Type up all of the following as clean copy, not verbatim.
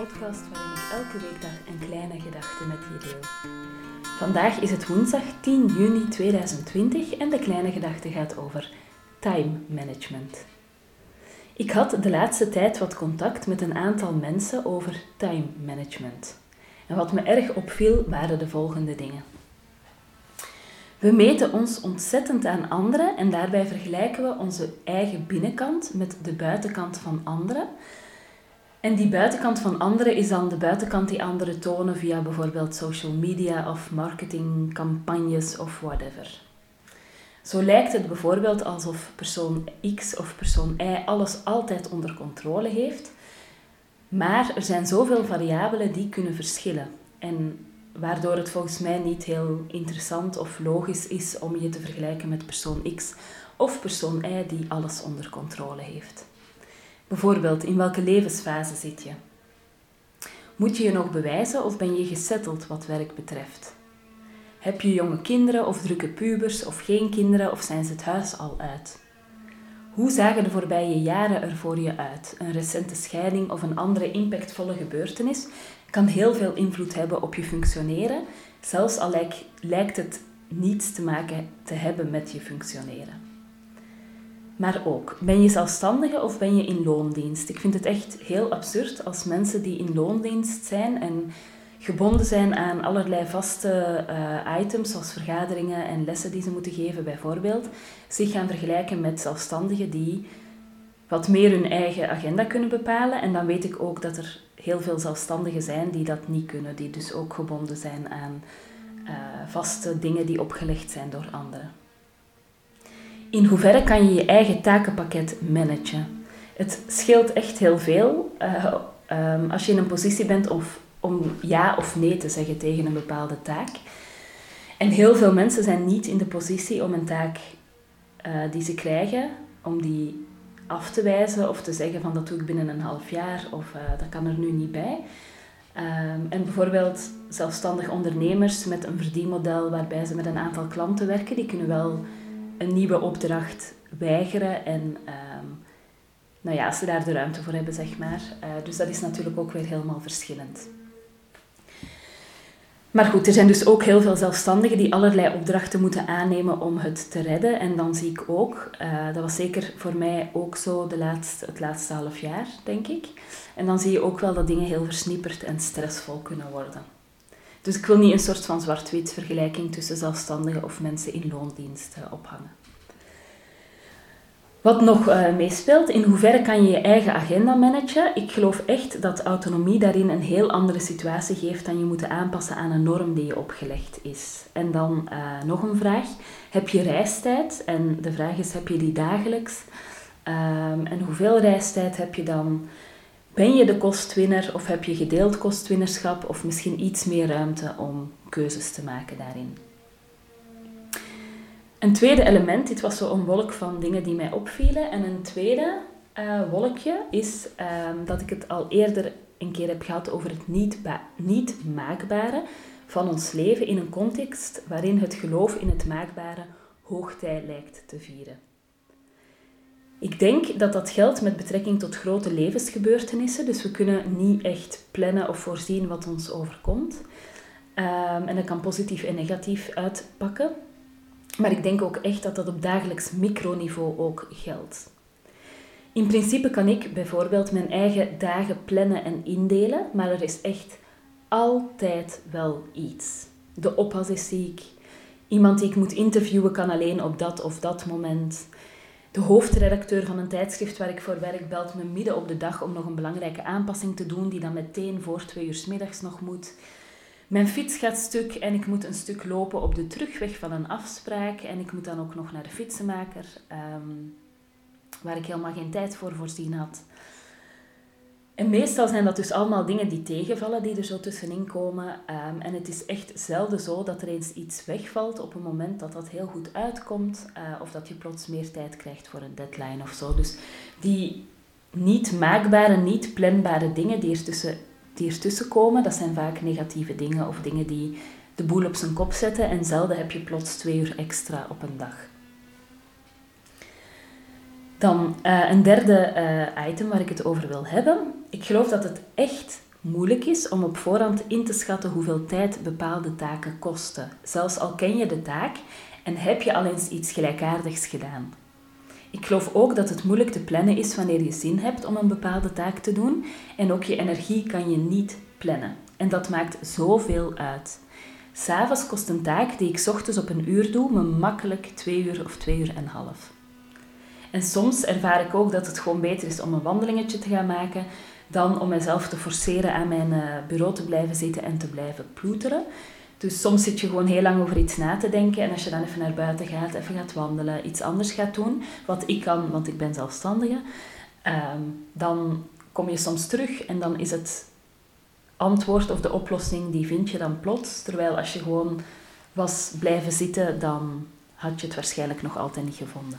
podcast waarin ik elke weekdag een kleine gedachte met je deel. Vandaag is het woensdag 10 juni 2020 en de kleine gedachte gaat over time management. Ik had de laatste tijd wat contact met een aantal mensen over time management. En wat me erg opviel waren de volgende dingen. We meten ons ontzettend aan anderen en daarbij vergelijken we onze eigen binnenkant met de buitenkant van anderen. En die buitenkant van anderen is dan de buitenkant die anderen tonen via bijvoorbeeld social media of marketingcampagnes of whatever. Zo lijkt het bijvoorbeeld alsof persoon X of persoon Y alles altijd onder controle heeft, maar er zijn zoveel variabelen die kunnen verschillen. En waardoor het volgens mij niet heel interessant of logisch is om je te vergelijken met persoon X of persoon Y die alles onder controle heeft. Bijvoorbeeld, in welke levensfase zit je? Moet je je nog bewijzen of ben je gesetteld wat werk betreft? Heb je jonge kinderen of drukke pubers of geen kinderen of zijn ze het huis al uit? Hoe zagen de voorbije jaren er voor je uit? Een recente scheiding of een andere impactvolle gebeurtenis kan heel veel invloed hebben op je functioneren, zelfs al lijkt het niets te maken te hebben met je functioneren. Maar ook, ben je zelfstandige of ben je in loondienst? Ik vind het echt heel absurd als mensen die in loondienst zijn en gebonden zijn aan allerlei vaste items, zoals vergaderingen en lessen die ze moeten geven bijvoorbeeld, zich gaan vergelijken met zelfstandigen die wat meer hun eigen agenda kunnen bepalen. En dan weet ik ook dat er heel veel zelfstandigen zijn die dat niet kunnen, die dus ook gebonden zijn aan vaste dingen die opgelegd zijn door anderen. In hoeverre kan je je eigen takenpakket managen? Het scheelt echt heel veel als je in een positie bent om ja of nee te zeggen tegen een bepaalde taak. En heel veel mensen zijn niet in de positie om een taak die ze krijgen, om die af te wijzen of te zeggen van dat doe ik binnen een half jaar of dat kan er nu niet bij. En bijvoorbeeld zelfstandig ondernemers met een verdienmodel waarbij ze met een aantal klanten werken, die kunnen wel een nieuwe opdracht weigeren en als ze daar de ruimte voor hebben, zeg maar. Dus dat is natuurlijk ook weer helemaal verschillend. Maar goed, er zijn dus ook heel veel zelfstandigen die allerlei opdrachten moeten aannemen om het te redden. En dan zie ik ook, dat was zeker voor mij ook zo het laatste half jaar, denk ik. En dan zie je ook wel dat dingen heel versnipperd en stressvol kunnen worden. Dus ik wil niet een soort van zwart-wit vergelijking tussen zelfstandigen of mensen in loondienst ophangen. Wat nog meespeelt, in hoeverre kan je je eigen agenda managen? Ik geloof echt dat autonomie daarin een heel andere situatie geeft dan je moeten aanpassen aan een norm die je opgelegd is. En dan nog een vraag. Heb je reistijd? En de vraag is, heb je die dagelijks? En hoeveel reistijd heb je dan? Ben je de kostwinner of heb je gedeeld kostwinnerschap of misschien iets meer ruimte om keuzes te maken daarin? Een tweede element, dit was zo'n wolk van dingen die mij opvielen. En een tweede wolkje is dat ik het al eerder een keer heb gehad over het niet maakbare van ons leven in een context waarin het geloof in het maakbare hoogtij lijkt te vieren. Ik denk dat dat geldt met betrekking tot grote levensgebeurtenissen, dus we kunnen niet echt plannen of voorzien wat ons overkomt. En dat kan positief en negatief uitpakken. Maar ik denk ook echt dat dat op dagelijks microniveau ook geldt. In principe kan ik bijvoorbeeld mijn eigen dagen plannen en indelen, maar er is echt altijd wel iets. De oppas is ziek. Iemand die ik moet interviewen kan alleen op dat of dat moment. De hoofdredacteur van een tijdschrift waar ik voor werk belt me midden op de dag om nog een belangrijke aanpassing te doen die dan meteen voor 2 uur 's middags nog moet. Mijn fiets gaat stuk en ik moet een stuk lopen op de terugweg van een afspraak. En ik moet dan ook nog naar de fietsenmaker, waar ik helemaal geen tijd voor voorzien had. En meestal zijn dat dus allemaal dingen die tegenvallen, die er zo tussenin komen. En het is echt zelden zo dat er eens iets wegvalt op een moment dat dat heel goed uitkomt. Of dat je plots meer tijd krijgt voor een deadline of zo. Dus die niet maakbare, niet planbare dingen die ertussen komen, dat zijn vaak negatieve dingen of dingen die de boel op zijn kop zetten en zelden heb je plots 2 uur extra op een dag. Dan een derde item waar ik het over wil hebben. Ik geloof dat het echt moeilijk is om op voorhand in te schatten hoeveel tijd bepaalde taken kosten. Zelfs al ken je de taak en heb je al eens iets gelijkaardigs gedaan. Ik geloof ook dat het moeilijk te plannen is wanneer je zin hebt om een bepaalde taak te doen. En ook je energie kan je niet plannen. En dat maakt zoveel uit. 's Avonds kost een taak die ik 's ochtends op een uur doe me makkelijk 2 uur of 2 uur en een half. En soms ervaar ik ook dat het gewoon beter is om een wandelingetje te gaan maken dan om mezelf te forceren aan mijn bureau te blijven zitten en te blijven ploeteren. Dus soms zit je gewoon heel lang over iets na te denken en als je dan even naar buiten gaat, even gaat wandelen, iets anders gaat doen, wat ik kan, want ik ben zelfstandige, dan kom je soms terug en dan is het antwoord of de oplossing, die vind je dan plots. Terwijl als je gewoon was blijven zitten, dan had je het waarschijnlijk nog altijd niet gevonden.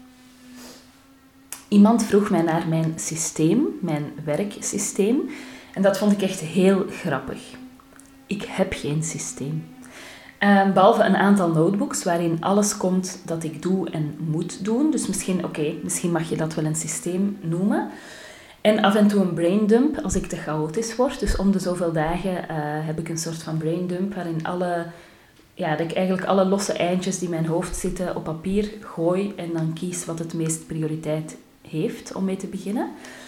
Iemand vroeg mij naar mijn systeem, mijn werksysteem, en dat vond ik echt heel grappig. Ik heb geen systeem. Behalve een aantal notebooks waarin alles komt dat ik doe en moet doen. Dus misschien mag je dat wel een systeem noemen. En af en toe een braindump als ik te chaotisch word. Dus om de zoveel dagen heb ik een soort van braindump waarin dat ik eigenlijk alle losse eindjes die in mijn hoofd zitten op papier gooi en dan kies wat het meest prioriteit heeft om mee te beginnen.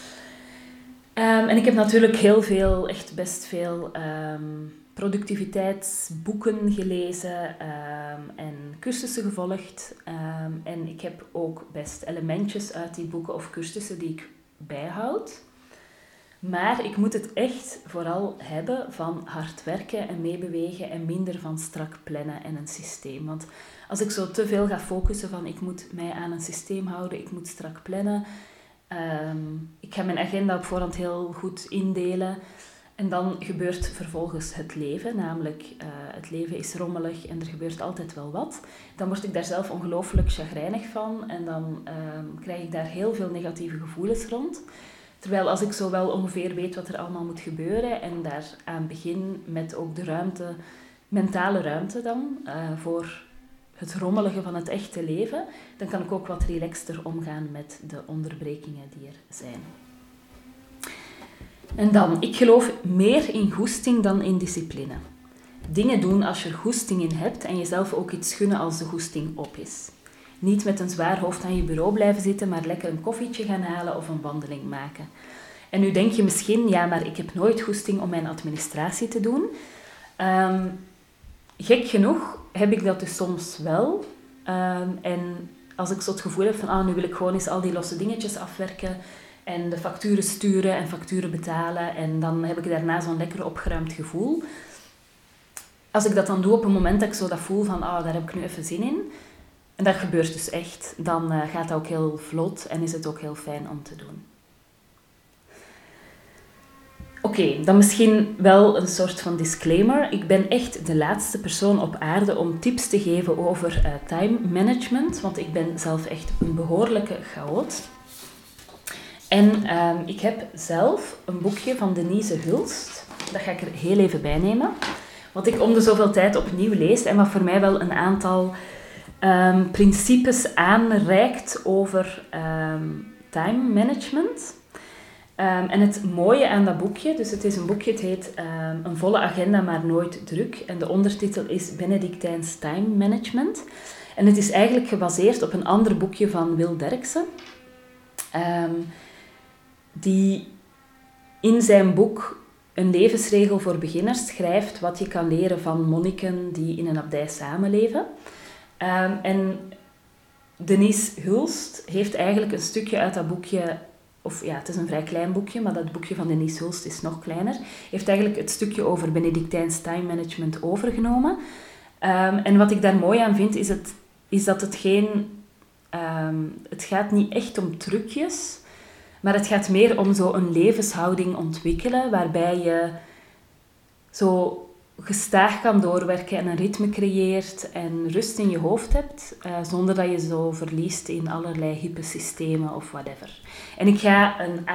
En ik heb natuurlijk echt best veel productiviteitsboeken gelezen en cursussen gevolgd. En ik heb ook best elementjes uit die boeken of cursussen die ik bijhoud. Maar ik moet het echt vooral hebben van hard werken en meebewegen en minder van strak plannen en een systeem. Want als ik zo te veel ga focussen van ik moet mij aan een systeem houden, ik moet strak plannen. Ik ga mijn agenda op voorhand heel goed indelen. En dan gebeurt vervolgens het leven, namelijk het leven is rommelig en er gebeurt altijd wel wat. Dan word ik daar zelf ongelooflijk chagrijnig van en dan krijg ik daar heel veel negatieve gevoelens rond. Terwijl als ik zo wel ongeveer weet wat er allemaal moet gebeuren en daar aan begin met ook de ruimte, mentale ruimte dan, voor het rommelige van het echte leven, dan kan ik ook wat relaxter omgaan met de onderbrekingen die er zijn. En dan, ik geloof meer in goesting dan in discipline. Dingen doen als je er goesting in hebt en jezelf ook iets gunnen als de goesting op is. Niet met een zwaar hoofd aan je bureau blijven zitten, maar lekker een koffietje gaan halen of een wandeling maken. En nu denk je misschien, ja, maar ik heb nooit goesting om mijn administratie te doen. Gek genoeg heb ik dat dus soms wel. En als ik zo het gevoel heb van, nu wil ik gewoon eens al die losse dingetjes afwerken en de facturen sturen en facturen betalen en dan heb ik daarna zo'n lekker opgeruimd gevoel. Als ik dat dan doe op een moment dat ik zo dat voel van, daar heb ik nu even zin in, en dat gebeurt dus echt, dan gaat dat ook heel vlot en is het ook heel fijn om te doen. Oké, dan misschien wel een soort van disclaimer. Ik ben echt de laatste persoon op aarde om tips te geven over time management, want ik ben zelf echt een behoorlijke chaot. En ik heb zelf een boekje van Denise Hulst, dat ga ik er heel even bij nemen, wat ik om de zoveel tijd opnieuw lees en wat voor mij wel een aantal principes aanreikt over time management. En het mooie aan dat boekje, dus het is een boekje, het heet Een volle agenda, maar nooit druk. En de ondertitel is Benedictijns Time Management. En het is eigenlijk gebaseerd op een ander boekje van Will Derksen. Die in zijn boek een levensregel voor beginners schrijft wat je kan leren van monniken die in een abdij samenleven. En Denise Hulst heeft eigenlijk een stukje uit dat boekje, het is een vrij klein boekje, maar dat boekje van Denise Hulst is nog kleiner, heeft eigenlijk het stukje over Benedictijns time management overgenomen. En wat ik daar mooi aan vind, is dat het gaat niet echt om trucjes, maar het gaat meer om zo een levenshouding ontwikkelen, waarbij je zo gestaag kan doorwerken en een ritme creëert en rust in je hoofd hebt, zonder dat je zo verliest in allerlei hippe systemen of whatever. En ik ga een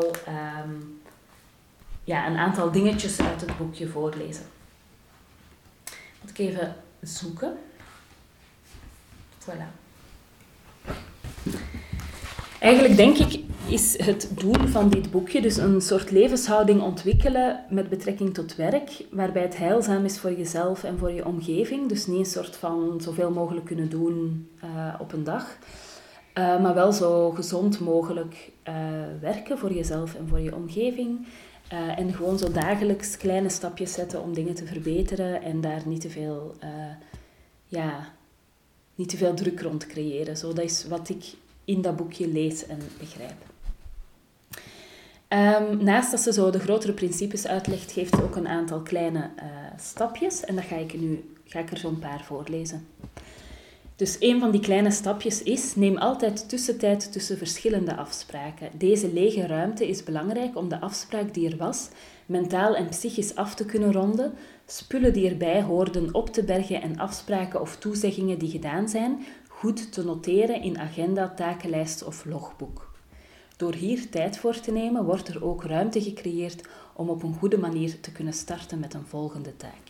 aantal dingetjes uit het boekje voorlezen. Moet ik even zoeken. Voilà. Eigenlijk denk ik is het doel van dit boekje dus een soort levenshouding ontwikkelen met betrekking tot werk, waarbij het heilzaam is voor jezelf en voor je omgeving. Dus niet een soort van zoveel mogelijk kunnen doen op een dag, maar wel zo gezond mogelijk werken voor jezelf en voor je omgeving. En gewoon zo dagelijks kleine stapjes zetten om dingen te verbeteren en daar niet te veel druk rond creëren. Zo, dat is wat ik in dat boekje lees en begrijp. Naast dat ze zo de grotere principes uitlegt, geeft ze ook een aantal kleine stapjes. En dat ga ik er zo'n paar voorlezen. Dus een van die kleine stapjes is: neem altijd tussentijd tussen verschillende afspraken. Deze lege ruimte is belangrijk om de afspraak die er was, mentaal en psychisch af te kunnen ronden, spullen die erbij hoorden op te bergen en afspraken of toezeggingen die gedaan zijn, goed te noteren in agenda, takenlijst of logboek. Door hier tijd voor te nemen, wordt er ook ruimte gecreëerd om op een goede manier te kunnen starten met een volgende taak.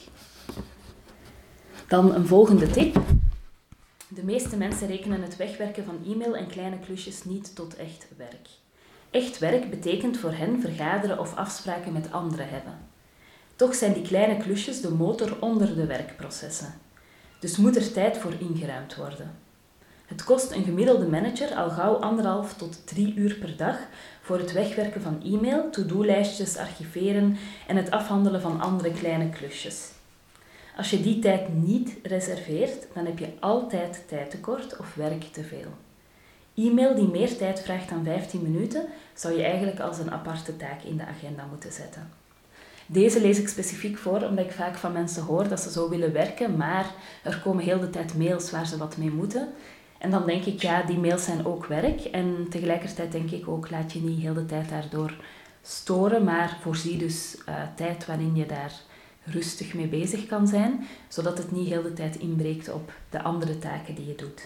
Dan een volgende tip. De meeste mensen rekenen het wegwerken van e-mail en kleine klusjes niet tot echt werk. Echt werk betekent voor hen vergaderen of afspraken met anderen hebben. Toch zijn die kleine klusjes de motor onder de werkprocessen. Dus moet er tijd voor ingeruimd worden. Het kost een gemiddelde manager al gauw 1,5 tot 3 uur per dag voor het wegwerken van e-mail, to-do-lijstjes, archiveren en het afhandelen van andere kleine klusjes. Als je die tijd niet reserveert, dan heb je altijd tijdtekort of werk te veel. E-mail die meer tijd vraagt dan 15 minuten, zou je eigenlijk als een aparte taak in de agenda moeten zetten. Deze lees ik specifiek voor, omdat ik vaak van mensen hoor dat ze zo willen werken, maar er komen heel de tijd mails waar ze wat mee moeten. En dan denk ik, ja, die mails zijn ook werk. En tegelijkertijd denk ik ook, laat je niet heel de tijd daardoor storen, maar voorzie dus tijd waarin je daar rustig mee bezig kan zijn, zodat het niet heel de tijd inbreekt op de andere taken die je doet.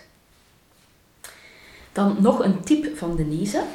Dan nog een tip van Denise.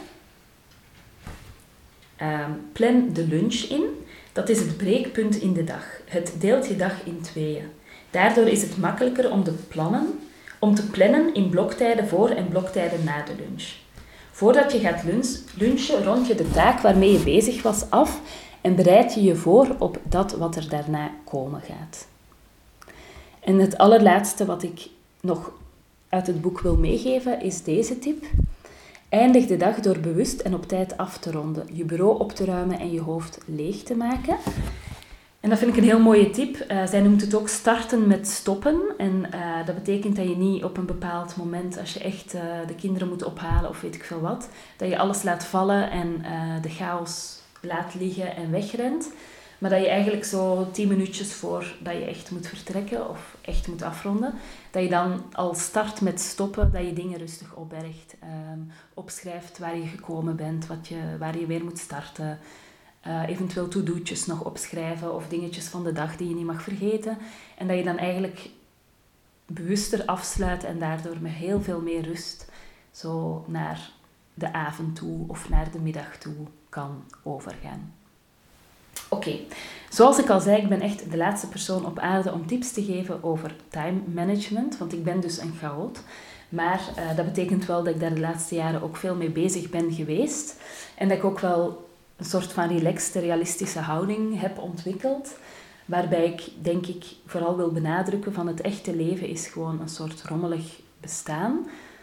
Plan de lunch in. Dat is het breekpunt in de dag. Het deelt je dag in tweeën. Daardoor is het makkelijker om te plannen in bloktijden voor en bloktijden na de lunch. Voordat je gaat lunchen, rond je de taak waarmee je bezig was af en bereid je je voor op dat wat er daarna komen gaat. En het allerlaatste wat ik nog uit het boek wil meegeven is deze tip. Eindig de dag door bewust en op tijd af te ronden, je bureau op te ruimen en je hoofd leeg te maken. En dat vind ik een heel mooie tip. Zij noemt het ook starten met stoppen. En dat betekent dat je niet op een bepaald moment, als je echt de kinderen moet ophalen of weet ik veel wat, dat je alles laat vallen en de chaos laat liggen en wegrent. Maar dat je eigenlijk zo 10 minuutjes voordat je echt moet vertrekken of echt moet afronden, dat je dan al start met stoppen, dat je dingen rustig opbergt, opschrijft waar je gekomen bent, waar je weer moet starten. Eventueel to-do'tjes nog opschrijven of dingetjes van de dag die je niet mag vergeten. En dat je dan eigenlijk bewuster afsluit en daardoor met heel veel meer rust zo naar de avond toe of naar de middag toe kan overgaan. Oké, zoals ik al zei, ik ben echt de laatste persoon op aarde om tips te geven over time management, want ik ben dus een chaot. Maar dat betekent wel dat ik daar de laatste jaren ook veel mee bezig ben geweest. En dat ik ook wel een soort van relaxed, realistische houding heb ontwikkeld. Waarbij ik, denk ik, vooral wil benadrukken van het echte leven is gewoon een soort rommelig bestaan.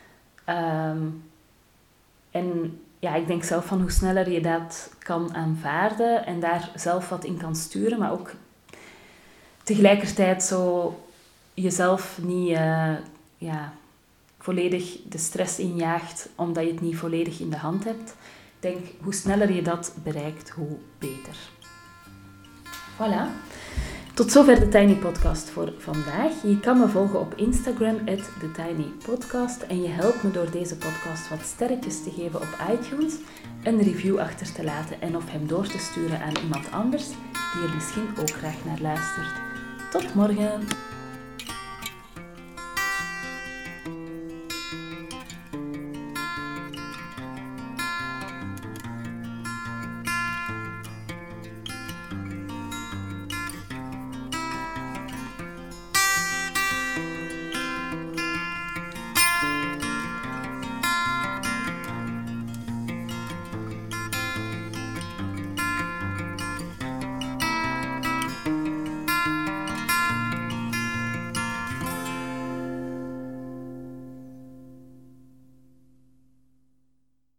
En ja, ik denk zelf van hoe sneller je dat kan aanvaarden en daar zelf wat in kan sturen, maar ook tegelijkertijd zo jezelf niet volledig de stress injaagt omdat je het niet volledig in de hand hebt. Ik denk, hoe sneller je dat bereikt, hoe beter. Voilà. Tot zover de Tiny Podcast voor vandaag. Je kan me volgen op Instagram @TheTinyPodcast en je helpt me door deze podcast wat sterretjes te geven op iTunes, een review achter te laten en of hem door te sturen aan iemand anders die er misschien ook graag naar luistert. Tot morgen!